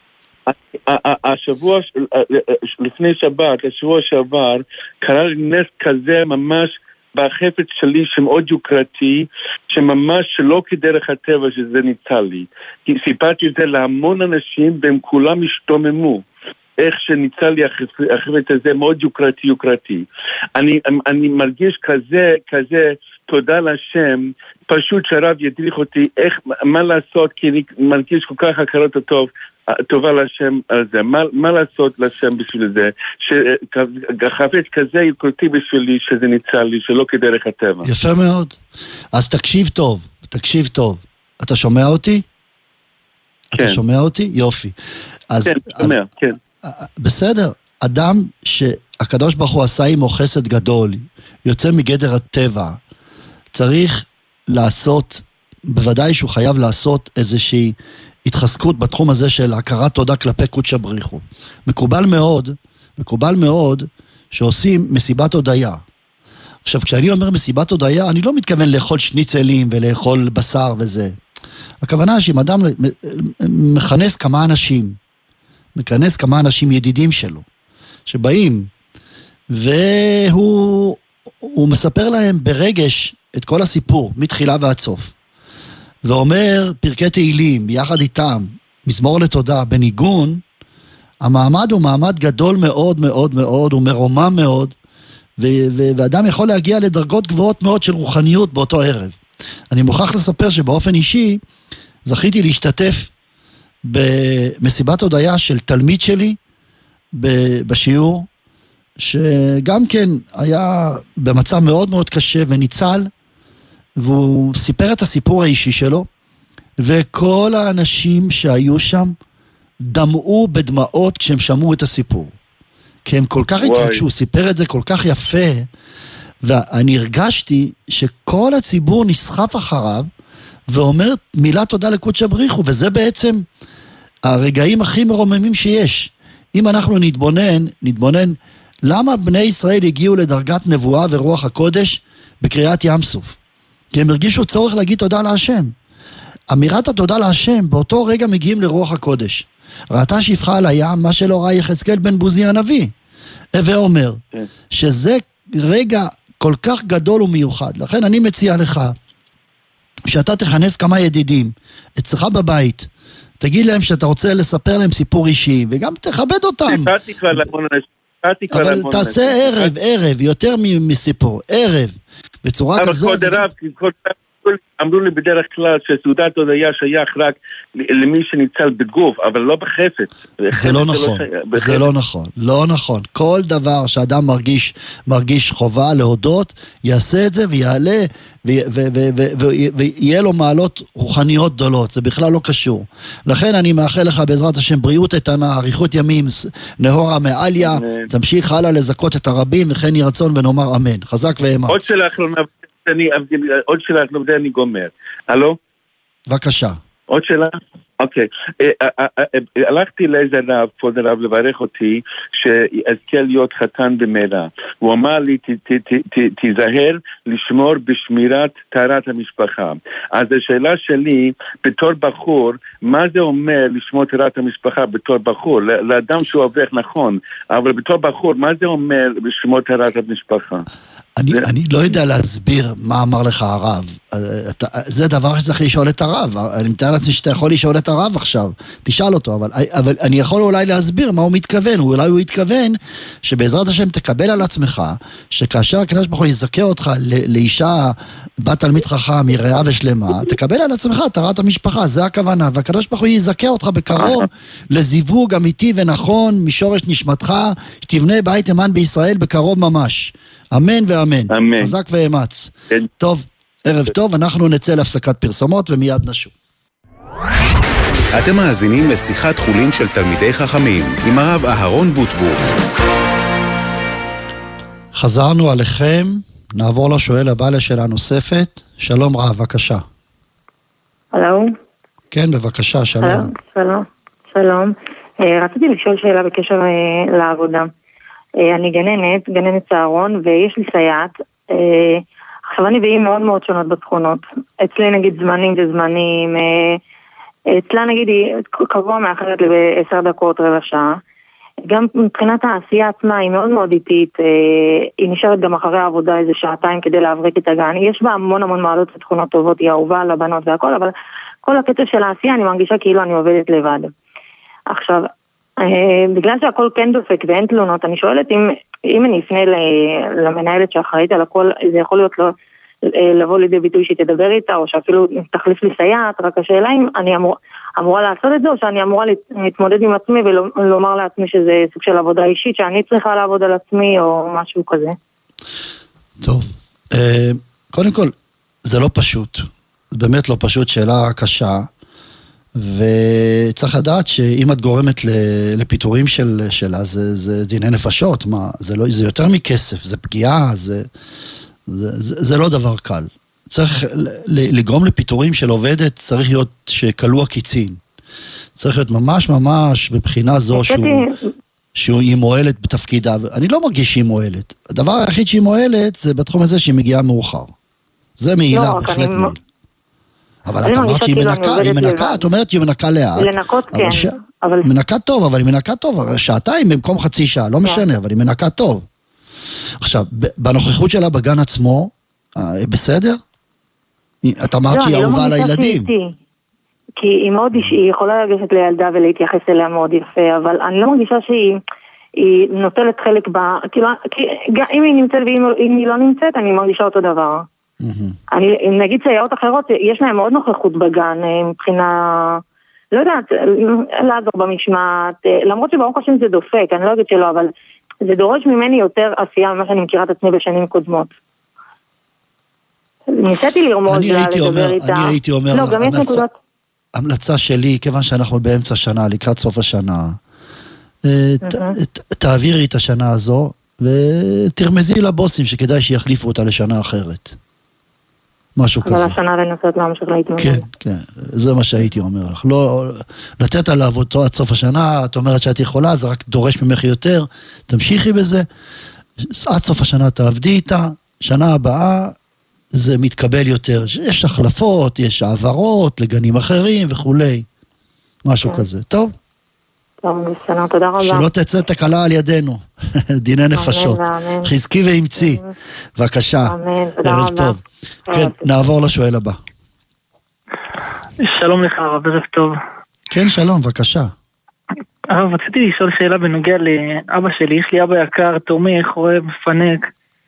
השבוע, לפני שבת, השבוע שעבר, קרה לי נס כזה ממש בחפץ שלי שמאוד יוקרתי, שממש שלא כדרך הטבע שזה ניצל לי. כי סיפרתי את זה להמון אנשים והם כולם השתוממו. איך שניצל לי החפץ הזה מאוד יוקרתי יוקרתי. אני, אני מרגיש כזה, כזה, תודה לשם, פשוט שהרב ידריך אותי איך, מה לעשות, כי אני מרגיש כל כך הכרת הטוב, טובה לשם על זה, מה, מה לעשות לשם בשביל זה, שחפץ כזה יוקרתי בשבילי, שזה ניצל לי, שלא כדרך הטבע. יפה מאוד. אז תקשיב טוב, תקשיב טוב. אתה שומע אותי? כן. אתה שומע אותי? יופי. אז, כן, אז, שומע, כן. בסדר. אדם ש... הקדוש ברוך הוא עשה עמו חסד גדול, יוצא מגדר הטבע, צריך לעשות, בוודאי שהוא חייב לעשות איזושהי התחזקות בתחום הזה של הכרת תודה כלפי קודש בריך הוא. מקובל מאוד, מקובל מאוד שעושים מסיבת הודיה. עכשיו, כשאני אומר מסיבת הודיה, אני לא מתכוון לאכול שניצלים ולאכול בשר וזה. הכוונה שאם אדם מכנס כמה אנשים, מכנס כמה אנשים ידידים שלו, שבאים, והוא הוא מספר להם ברגש את כל הסיפור, מתחילה ועד סוף. ואומר פרקי תהילים, יחד איתם, מזמור לתודה, בניגון, המעמד הוא מעמד גדול מאוד מאוד מאוד, הוא מרומם מאוד, ו- ו- ואדם יכול להגיע לדרגות גבוהות מאוד של רוחניות באותו ערב. אני מוכרח לספר שבאופן אישי, זכיתי להשתתף במסיבת הודיה של תלמיד שלי, ב- בשיעור, שגם כן היה במצב מאוד מאוד קשה וניצל, והוא סיפר את הסיפור האישי שלו, וכל האנשים שהיו שם דמעו בדמעות כשהם שמעו את הסיפור. כי הם כל כך התרגשו, הוא סיפר את זה כל כך יפה, ואני הרגשתי שכל הציבור נסחף אחריו, ואומר מילה תודה לקודש בריך הוא, וזה בעצם הרגעים הכי מרוממים שיש. אם אנחנו נתבונן, נתבונן, למה בני ישראל הגיעו לדרגת נבואה ורוח הקודש בקריאת ים סוף? כי הם הרגישו צורך להגיד תודה להשם. אמירת התודה להשם, באותו רגע מגיעים לרוח הקודש. ראתה שפחה על הים, מה שלא ראה יחזקאל בן בוזי הנביא. ואומר, שזה רגע כל כך גדול ומיוחד. לכן אני מציע לך, שאתה תכנס כמה ידידים, אצלך בבית, תגיד להם שאתה רוצה לספר להם סיפור אישי, וגם תכבד אותם. אבל תעשה ערב, ערב, יותר מסיפור, ערב, בצורה כזאת. אבל כבוד הרב, אמרו לי בדרך כלל שסעודת הודיה שייך רק למי שניצל בגוף, אבל לא בחפץ. זה לא נכון, זה לא נכון, לא נכון. כל דבר שאדם מרגיש, מרגיש חובה להודות, יעשה את זה ויעלה, ויהיה לו מעלות רוחניות גדולות, זה בכלל לא קשור. לכן אני מאחל לך בעזרת השם בריאות איתנה, אריכות ימים, נהורה מעליה, תמשיך הלאה לזכות את הרבים, וכן יהי רצון ונאמר אמן. חזק ואמץ. עוד שאלה אחרונה, עוד שאלה, אני גומר. הלו? בבקשה. עוד שאלה? אוקיי. הלכתי לאיזה רב, כבוד הרב, לברך אותי, שאזכה להיות חתן במהרה. הוא אמר לי, תיזהר לשמור בשמירת טהרת המשפחה. אז השאלה שלי, בתור בחור, מה זה אומר לשמור טהרת המשפחה בתור בחור? לאדם שהוא אברך נכון, אבל בתור בחור, מה זה אומר לשמור טהרת המשפחה? אני, אני לא יודע להסביר מה אמר לך הרב. אתה, זה דבר שצריך לשאול את הרב. אני מתאר לעצמי שאתה יכול לשאול את הרב עכשיו. תשאל אותו, אבל, אבל אני יכול אולי להסביר מה הוא מתכוון. אולי הוא התכוון שבעזרת השם תקבל על עצמך, שכאשר הקדוש ברוך הוא יזכה אותך לאישה בת תלמיד חכם, יראה ושלמה, תקבל על עצמך טהרת המשפחה, זה הכוונה. והקדוש ברוך הוא יזכה אותך בקרוב לזיווג אמיתי ונכון, משורש נשמתך, שתבנה בית אמן בישראל בקרוב ממש. אמן ואמן. אמן. חזק ואמץ. כן. טוב, ערב טוב, אנחנו נצא להפסקת פרסומות ומיד נשוב. אתם מאזינים לשיחת חולין של תלמידי חכמים עם הרב אהרון בוטבול. חזרנו עליכם, נעבור לשואל הבא לשאלה נוספת. שלום רב, בבקשה. הלו? כן, בבקשה, שלום. הלו, שלום. שלום. רציתי לשאול שאלה בקשר לעבודה. אני גננת, גננת צהרון, ויש לי סייעת. עכשיו אני והיא מאוד מאוד שונות בתכונות. אצלי נגיד זמנים זה זמנים, אצלה נגיד היא קבוע מאחרת לעשר דקות, רבע שעה. גם מבחינת העשייה עצמה היא מאוד מאוד איטית, היא נשארת גם אחרי העבודה איזה שעתיים כדי להברק את הגן. יש בה המון המון מעלות ותכונות טובות, היא אהובה על הבנות והכל, אבל כל הקטע של העשייה אני מרגישה כאילו אני עובדת לבד. עכשיו, בגלל שהכל כן דופק ואין תלונות, אני שואלת אם, אם אני אפנה למנהלת שאחראית על הכל, זה יכול להיות לא, לבוא לידי ביטוי שהיא תדבר איתה, או שאפילו תחליף לי סייעת, רק השאלה אם אני אמור, אמורה לעשות את זה, או שאני אמורה להתמודד עם עצמי ולומר לעצמי שזה סוג של עבודה אישית, שאני צריכה לעבוד על עצמי או משהו כזה. טוב, קודם כל, זה לא פשוט, זה באמת לא פשוט, שאלה קשה, וצריך לדעת שאם את גורמת לפיטורים של, שלה, זה, זה דיני נפשות, מה, זה, לא, זה יותר מכסף, זה פגיעה, זה, זה, זה, זה לא דבר קל. צריך לגרום לפיטורים של עובדת, צריך להיות שקלוע קיצין. צריך להיות ממש ממש בבחינה זו שהוא, שהיא מועלת בתפקידה. אני לא מרגיש שהיא מועלת. הדבר היחיד שהיא מועלת זה בתחום הזה שהיא מגיעה מאוחר. זה מעילה, בהחלט מעיל. אבל את אמרת שהיא מנקה, היא מנקה, את אומרת שהיא מנקה לאט. לנקות כן. היא מנקה טוב, אבל היא מנקה טוב. שעתיים במקום חצי שעה, לא משנה, אבל היא מנקה טוב. עכשיו, בנוכחות שלה בגן עצמו, בסדר? את אמרת שהיא אהובה על הילדים. כי היא מאוד, היא יכולה לגשת לילדה ולהתייחס אליה מאוד יפה, אבל אני לא מרגישה שהיא נוטלת חלק בה, כאילו, אם היא נמצאת ואם היא לא נמצאת, אני מרגישה אותו דבר. אני, נגיד סייעות אחרות, יש להם מאוד נוכחות בגן, מבחינה, לא יודעת, לעזור במשמעת, למרות שברוך השם זה דופק, אני לא אגיד שלא, אבל זה דורש ממני יותר עשייה ממה שאני מכירה את עצמי בשנים קודמות. ניסיתי לרמוז לה, לדבר איתה. אני הייתי אומר, לא, גם יש נקודות. המלצה שלי, כיוון שאנחנו באמצע שנה, לקראת סוף השנה, תעבירי את השנה הזו, ותרמזי לבוסים שכדאי שיחליפו אותה לשנה אחרת. משהו כזה. אבל השנה לנסות להמשיך להתמודד. כן, כן, זה מה שהייתי אומר לך. לא, לתת עליו אותו עד סוף השנה, את אומרת שאת יכולה, זה רק דורש ממך יותר, תמשיכי בזה, עד סוף השנה תעבדי איתה, שנה הבאה, זה מתקבל יותר, יש החלפות, יש העברות לגנים אחרים וכולי, משהו כזה, טוב? טוב, בסדר, תודה רבה. שלא תצא תקלה על ידינו, דיני נפשות, חזקי ואמצי, בבקשה, ערב טוב. כן, נעבור לשואל הבא. שלום לך, הרב, ערב טוב. כן, שלום, בבקשה. הרב, רציתי לשאול שאלה בנוגע לאבא שלי, יש לי אבא יקר, תומך, אוהב, מפנק,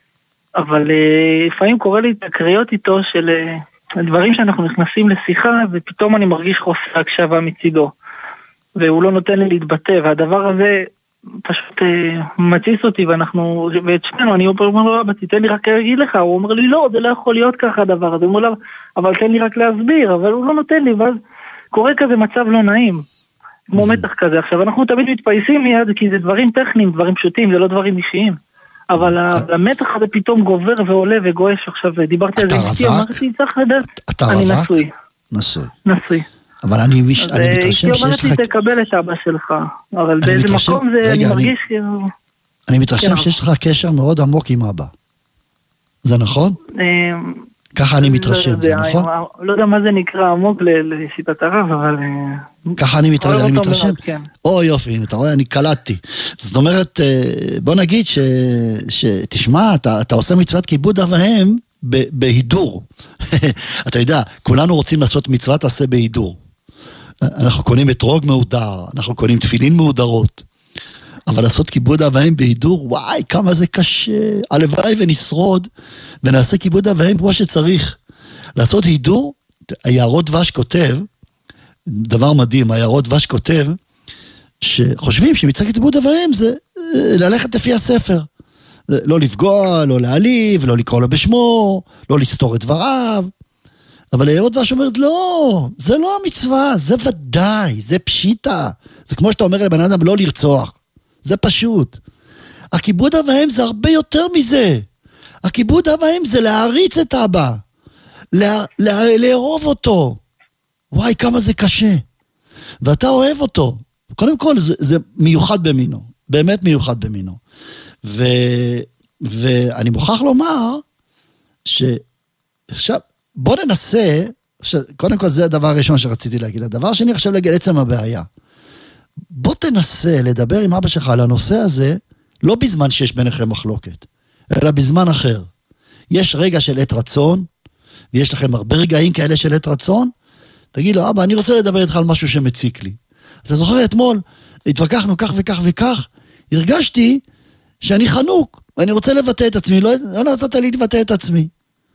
אבל לפעמים קורה לי תקריות איתו של דברים שאנחנו נכנסים לשיחה, ופתאום אני מרגיש חוסר הקשבה מצידו, והוא לא נותן לי להתבטא, והדבר הזה פשוט מציס אותי, ואנחנו, ואת שנינו, אני אומר לו, אבא, תתן לי רק להגיד לך, הוא אומר לי, לא, זה לא יכול להיות ככה הדבר הזה, הוא אומר לו, אבל תן לי רק להסביר, אבל הוא לא נותן לי, ואז קורה כזה מצב לא נעים, כמו מתח כזה. עכשיו, אנחנו תמיד מתפייסים מיד, כי זה דברים טכניים, דברים פשוטים, זה לא דברים אישיים. אבל המתח הזה פתאום גובר ועולה וגועש. עכשיו דיברתי על זה איתי, אמרתי, צריך לדעת, אני נשוי. נשוי. נשוי. אבל אני מתרשם שיש לך... היא אומרת לי, תקבל את אבא שלך, אבל באיזה מקום זה, אני מרגיש... אני מתרשם שיש לך קשר מאוד עמוק עם אבא. זה נכון? ככה אני מתרשם, זה נכון? לא יודע מה זה נקרא עמוק לשיטת הרב, אבל... ככה אני מתרשם. או יופי, אתה רואה, אני קלטתי. זאת אומרת, בוא נגיד שתשמע, אתה עושה מצוות כיבוד אב ואם בהידור. אתה יודע, כולנו רוצים לעשות מצוות עשה בהידור. אנחנו קונים אתרוג מהודר, אנחנו קונים תפילין מהודרות. אבל לעשות כיבוד אב ואם בהידור, וואי, כמה זה קשה. הלוואי ונשרוד, ונעשה כיבוד אב ואם כמו שצריך. לעשות הידור, היערות דבש כותב, דבר מדהים, היערות דבש כותב, שחושבים שמצוות כיבוד אב ואם זה ללכת לפי הספר. לא לפגוע, לא להעליב, לא לקרוא לו בשמו, לא לסתור את דבריו. אבל היערות דבש אומרת, לא, זה לא המצווה, זה ודאי, זה פשיטה. זה כמו שאתה אומר לבן אדם, לא לרצוח. זה פשוט. הכיבוד אב ואם זה הרבה יותר מזה. הכיבוד אב ואם זה להעריץ את אבא. לה, לה, לאהוב אותו. וואי, כמה זה קשה. ואתה אוהב אותו. קודם כל, זה, זה מיוחד במינו. באמת מיוחד במינו. ו, ואני מוכרח לומר, שעכשיו, בוא ננסה, קודם כל זה הדבר הראשון שרציתי להגיד. הדבר שני עכשיו להגיד עצם הבעיה. בוא תנסה לדבר עם אבא שלך על הנושא הזה, לא בזמן שיש ביניכם מחלוקת, אלא בזמן אחר. יש רגע של עת רצון, ויש לכם הרבה רגעים כאלה של עת רצון, תגיד לו, אבא, אני רוצה לדבר איתך על משהו שמציק לי. אתה זוכר, אתמול, התווכחנו כך וכך וכך, הרגשתי שאני חנוק, ואני רוצה לבטא את עצמי, לא, לא נתת לי לבטא את עצמי.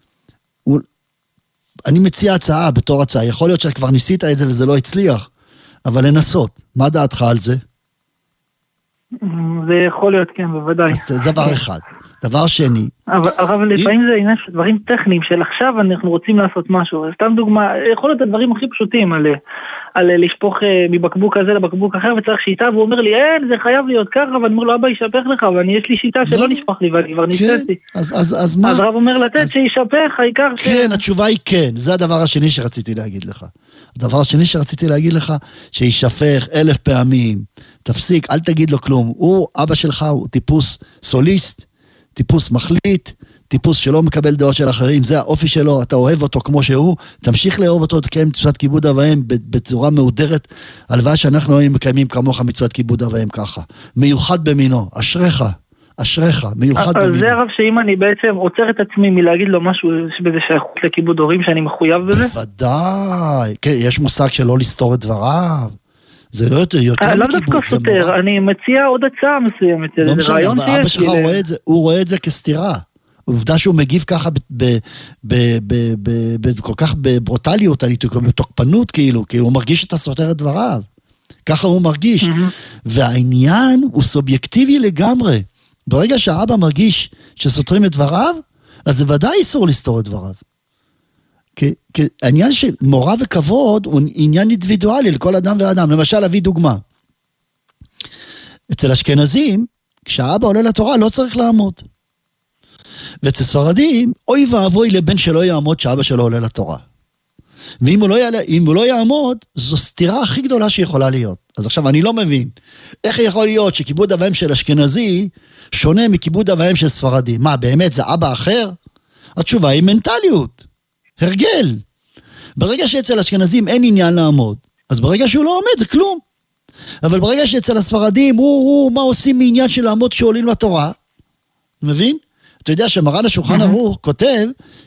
אני מציע הצעה בתור הצעה, יכול להיות שכבר ניסית את זה וזה לא הצליח, אבל לנסות. מה דעתך על זה? זה יכול להיות, כן, בוודאי. אז זה דבר אחד. דבר שני. אבל, אבל לפעמים זה עניין של דברים טכניים, של עכשיו אנחנו רוצים לעשות משהו. סתם דוגמה, יכול להיות הדברים הכי פשוטים, על, על לשפוך מבקבוק כזה לבקבוק אחר, וצריך שיטה, והוא אומר לי, אין, זה חייב להיות ככה, ואני אומר לו, אבא ישפך לך, ואני יש לי שיטה שלא נשפך לי, ואני כבר ניסיתי. אז, אז, אז מה? אז רב אומר לתת שישפך, העיקר ש... כן, התשובה היא כן, זה הדבר השני שרציתי להגיד לך. הדבר השני שרציתי להגיד לך, שישפך אלף פעמים, תפסיק, אל תגיד לו כלום. הוא, אבא שלך, הוא טיפוס סוליסט, טיפוס מחליט, טיפוס שלא מקבל דעות של אחרים, זה האופי שלו, אתה אוהב אותו כמו שהוא, תמשיך לאהוב אותו, תקיים מצוות כיבוד אב ואם בצורה מאודרת, הלוואי שאנחנו היינו מקיימים כמוך מצוות כיבוד אב ואם ככה. מיוחד במינו, אשריך, אשריך, מיוחד במינו. אז זה הרב שאם אני בעצם עוצר את עצמי מלהגיד לו משהו שבזה שייכות לכיבוד הורים שאני מחויב בזה? בוודאי, כן, יש מושג שלא לסתור את דבריו. זה לא יותר, יותר לא דווקא סותר, אני מציע עוד הצעה מסוימת, לא משנה, אבל אבא שלך רואה את זה, הוא רואה את זה כסתירה. עובדה שהוא מגיב ככה כל כך בברוטליות, בתוקפנות כאילו, כי הוא מרגיש את הסותר את דבריו. ככה הוא מרגיש. והעניין הוא סובייקטיבי לגמרי. ברגע שהאבא מרגיש שסותרים את דבריו, אז זה ודאי איסור לסתור את דבריו. כי, כי העניין של מורא וכבוד הוא עניין אינדיבידואלי לכל אדם ואדם. למשל, אביא דוגמה. אצל אשכנזים, כשהאבא עולה לתורה לא צריך לעמוד. ואצל ספרדים, אוי ואבוי לבן שלא יעמוד שאבא שלו עולה לתורה. ואם הוא לא, יעלה, אם הוא לא יעמוד, זו סתירה הכי גדולה שיכולה להיות. אז עכשיו אני לא מבין, איך יכול להיות שכיבוד אב ואם של אשכנזי שונה מכיבוד אב ואם של ספרדי? מה, באמת זה אבא אחר? התשובה היא מנטליות. הרגל. ברגע שאצל אשכנזים אין עניין לעמוד, אז ברגע שהוא לא עומד זה כלום. אבל ברגע שאצל הספרדים, הוא, הוא, מה עושים מעניין של לעמוד כשעולים לתורה? מבין? אתה יודע שמרן השולחן ערוך כותב,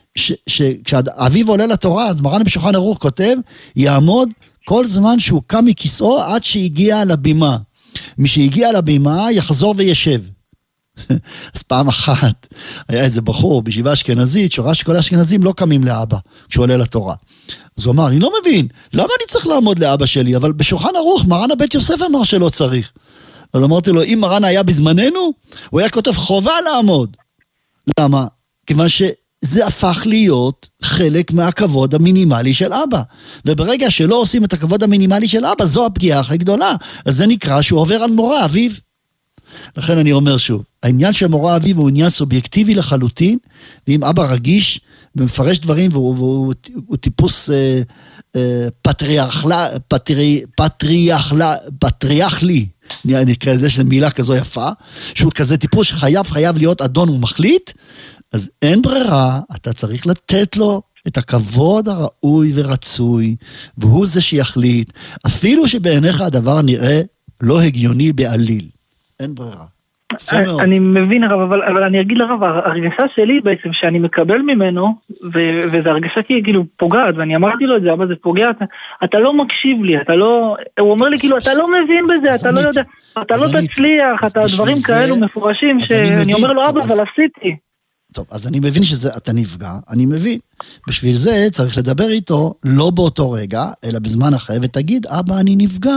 שכשאביו עולה לתורה, אז מרן בשולחן ערוך כותב, יעמוד כל זמן שהוא קם מכיסאו עד שהגיע לבימה. מי שהגיע לבימה יחזור וישב. אז פעם אחת היה איזה בחור בישיבה אשכנזית, שראה שכל האשכנזים לא קמים לאבא כשהוא עולה לתורה. אז הוא אמר, אני לא מבין, למה אני צריך לעמוד לאבא שלי? אבל בשולחן ערוך מרן הבית יוסף אמר שלא צריך. אז אמרתי לו, אם מרן היה בזמננו, הוא היה כותב חובה לעמוד. למה? כיוון שזה הפך להיות חלק מהכבוד המינימלי של אבא. וברגע שלא עושים את הכבוד המינימלי של אבא, זו הפגיעה הכי גדולה. אז זה נקרא שהוא עובר על מורה אביו. לכן אני אומר שוב, העניין של מורה אביו הוא עניין סובייקטיבי לחלוטין, ואם אבא רגיש ומפרש דברים, והוא, והוא, הוא טיפוס אה, אה, פטריארכלה, פטרי, פטריארכלה, פטריארכלי, אני אקרא לזה שזו מילה כזו יפה, שהוא כזה טיפוס שחייב, חייב להיות אדון ומחליט, אז אין ברירה, אתה צריך לתת לו את הכבוד הראוי ורצוי, והוא זה שיחליט, אפילו שבעיניך הדבר נראה לא הגיוני בעליל. אין ברירה. אני מבין הרב, אבל, אבל אני אגיד לרב, הרגשה שלי בעצם שאני מקבל ממנו, ו- וזו הרגשה כאילו פוגעת, ואני אמרתי לו את זה, אבל זה פוגע, אתה, אתה לא מקשיב לי, אתה לא, הוא אומר לי כאילו, אתה לא מבין בזה, אתה לא יודע, אתה לא תצליח, אתה דברים כאלו מפורשים, שאני אומר לו, אבא, אבל עשיתי. טוב, אז אני מבין שאתה נפגע, אני מבין. בשביל זה צריך לדבר איתו, לא באותו רגע, אלא בזמן אחר, ותגיד, אבא, אני נפגע.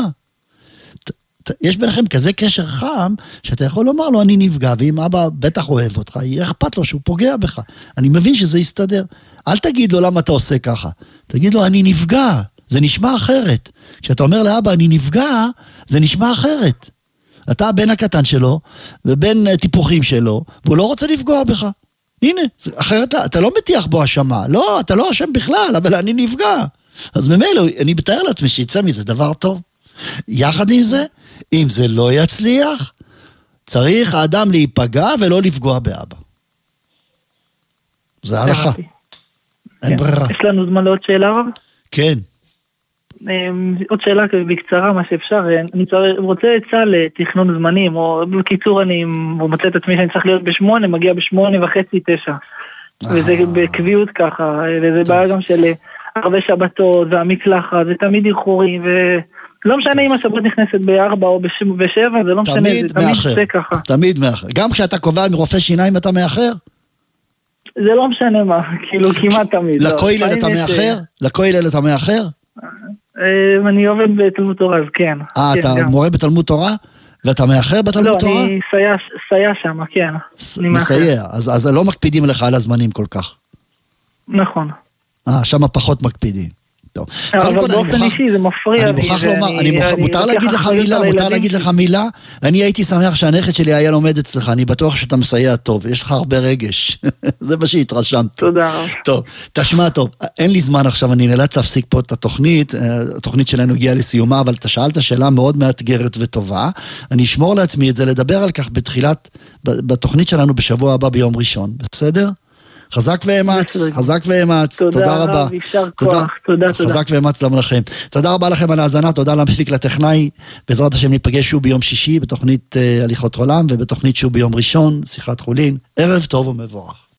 יש ביניכם כזה קשר חם, שאתה יכול לומר לו, אני נפגע, ואם אבא בטח אוהב אותך, יהיה אכפת לו שהוא פוגע בך. אני מבין שזה יסתדר. אל תגיד לו למה אתה עושה ככה. תגיד לו, אני נפגע. זה נשמע אחרת. כשאתה אומר לאבא, אני נפגע, זה נשמע אחרת. אתה הבן הקטן שלו, ובין טיפוחים שלו, והוא לא רוצה לפגוע בך. הנה, אחרת אתה לא מטיח בו אשמה. לא, אתה לא אשם בכלל, אבל אני נפגע. אז ממילא, אני מתאר לעצמי שיצא מזה דבר טוב. יחד עם זה, אם זה לא יצליח, צריך האדם להיפגע ולא לפגוע באבא. זה הלכה. אין ברירה. יש לנו זמן לעוד שאלה רב? כן. עוד שאלה בקצרה, מה שאפשר. אני רוצה עצה לתכנון זמנים, או בקיצור אני מוצא את עצמי שאני צריך להיות בשמונה, מגיע בשמונה וחצי, תשע. וזה בקביעות ככה, וזה בעיה גם של הרבה שבתות, והמקלחה, זה תמיד איחורי, ו... לא משנה אם השבת נכנסת בארבע או בשבע, זה לא משנה, זה תמיד זה ככה. תמיד מאחר. גם כשאתה קובע מרופא שיניים אתה מאחר? זה לא משנה מה, כאילו כמעט תמיד. לכולל אתה מאחר? לכולל אתה מאחר? אני עובד בתלמוד תורה, אז כן. אה, אתה מורה בתלמוד תורה? ואתה מאחר בתלמוד לא, תורה? לא, אני סייע, סייע שם, כן. ס- אני מאחר. מסייע, אז, אז לא מקפידים לך על הזמנים כל כך. נכון. אה, שם פחות מקפידים. טוב. קודם אבל כל, אני באופן מוכרח- אישי זה מפריע אני לי. מוכרח ואני- לומר, אני מוכרח- אני מותר לוקח להגיד לך אחריות מילה, על מותר הילדים להגיד שלי. לך מילה. אני הייתי שמח שהנכד שלי היה לומד אצלך, אני בטוח שאתה מסייע טוב, יש לך הרבה רגש. זה מה שהתרשמת. תודה רבה. טוב, תשמע טוב, אין לי זמן עכשיו, אני נאלץ להפסיק פה את התוכנית, התוכנית שלנו הגיעה לסיומה, אבל אתה שאלת שאלה מאוד מאתגרת וטובה, אני אשמור לעצמי את זה, לדבר על כך בתחילת, בתוכנית שלנו בשבוע הבא ביום ראשון, בסדר? חזק ואמץ, חזק ואמץ, תודה רבה. תודה רב, יישר כוח, תודה, תודה. חזק ואמץ גם לכם. תודה רבה לכם על ההאזנה, תודה למפיק לטכנאי, בעזרת השם ניפגש שוב ביום שישי בתוכנית הליכות עולם, ובתוכנית שוב ביום ראשון, שיחת חולין. ערב טוב ומבורך.